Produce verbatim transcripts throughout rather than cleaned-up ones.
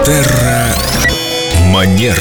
Терра Манера.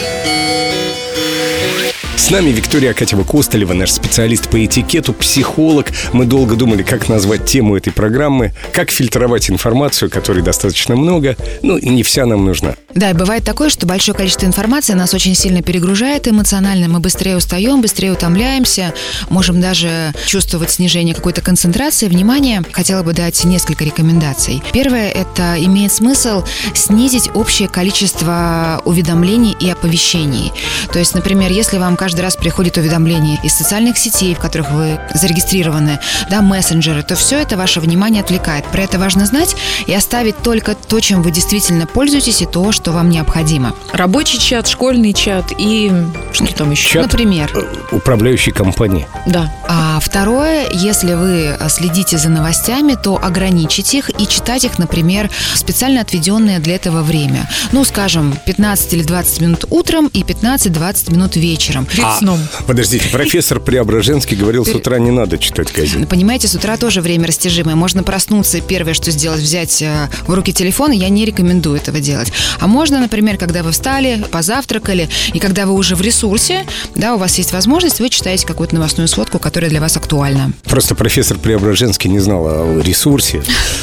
С нами Виктория Акатьева-Костолева, наш специалист по этикету, психолог. Мы долго думали, как назвать тему этой программы, как фильтровать информацию, которой достаточно много, ну, не вся нам нужна. Да, и бывает такое, что большое количество информации нас очень сильно перегружает эмоционально. Мы быстрее устаем, быстрее утомляемся, можем даже чувствовать снижение какой-то концентрации, внимания. Хотела бы дать несколько рекомендаций. Первое – это имеет смысл снизить общее количество уведомлений и оповещений. То есть, например, если вам каждый раз приходит уведомление из социальных сетей, в которых вы зарегистрированы, да, мессенджеры, то все это ваше внимание отвлекает. Про это важно знать и оставить только то, чем вы действительно пользуетесь, и то, что вам необходимо. Рабочий чат, школьный чат и что там еще? Чат, например. Управляющей компании. Да. А второе, если вы следите за новостями, то ограничить их и читать их, например, в специально отведенное для этого время. Ну, скажем, пятнадцать или двадцать минут утром и пятнадцать-двадцать минут вечером. Перед А, сном. Подождите, профессор Преображенский говорил, с утра не надо читать газету. Понимаете, с утра тоже время растяжимое. Можно проснуться и первое, что сделать, взять в руки телефон, и я не рекомендую этого делать. А можно, например, когда вы встали, позавтракали, и когда вы уже в ресурсе, да, у вас есть возможность, вы читаете какую-то новостную сводку, которая для вас актуальна. Просто профессор Преображенский не знал о ресурсе.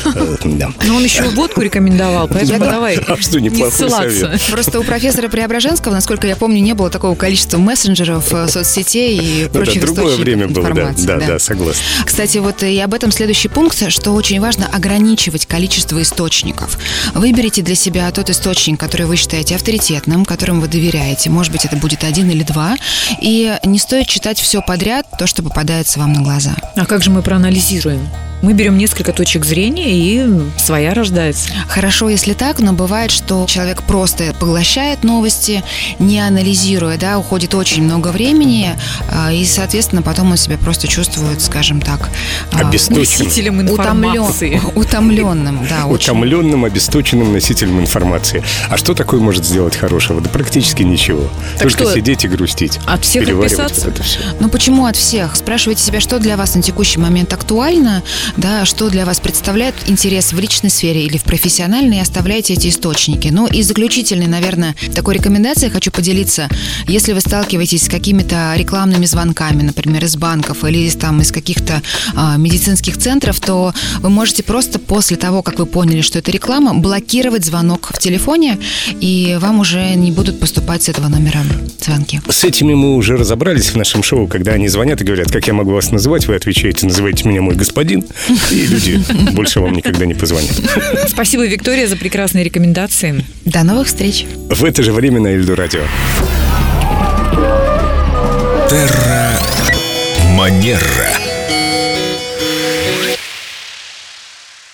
Но он еще водку рекомендовал, поэтому давай не ссылаться. Просто у профессора Преображенского, насколько я помню, не было такого количества мессенджеров, соцсетей и прочих источников информации. Другое время было, да, да, согласен. Кстати, вот и об этом следующий пункт, что очень важно ограничивать количество источников. Выберите для себя тот источник, который вы считаете авторитетным, которым вы доверяете. Может быть, это будет один или два. И не стоит читать все подряд, то, что попадается вам на глаза. А как же мы проанализируем? Мы берем несколько точек зрения, и своя рождается. Хорошо, если так, но бывает, что человек просто поглощает новости, не анализируя, да, уходит очень много времени, и, соответственно, потом он себя просто чувствует, скажем так, носителем информации. Утомленным, да. Утомленным, обесточенным носителем информации. А что такое может сделать хорошего? Да практически ничего. Так Только что, сидеть и грустить. От всех отписаться? Вот это все. Ну почему от всех? Спрашивайте себя, что для вас на текущий момент актуально, да, что для вас представляет интерес в личной сфере или в профессиональной, и оставляйте эти источники. Ну и заключительной, наверное, такой рекомендацией хочу поделиться. Если вы сталкиваетесь с какими-то рекламными звонками, например, из банков или из, там, из каких-то а, медицинских центров, то вы можете просто после того, как вы поняли, что это реклама, блокировать звонок в телефоне, и вам уже не будут поступать с этого номера звонки. С этими мы уже разобрались в нашем шоу, когда они звонят и говорят, как я могу вас называть, вы отвечаете, называйте меня мой господин, и люди больше вам никогда не позвонят. Спасибо, Виктория, за прекрасные рекомендации. До новых встреч. В это же время на Эльдо Радио. Терра Манера.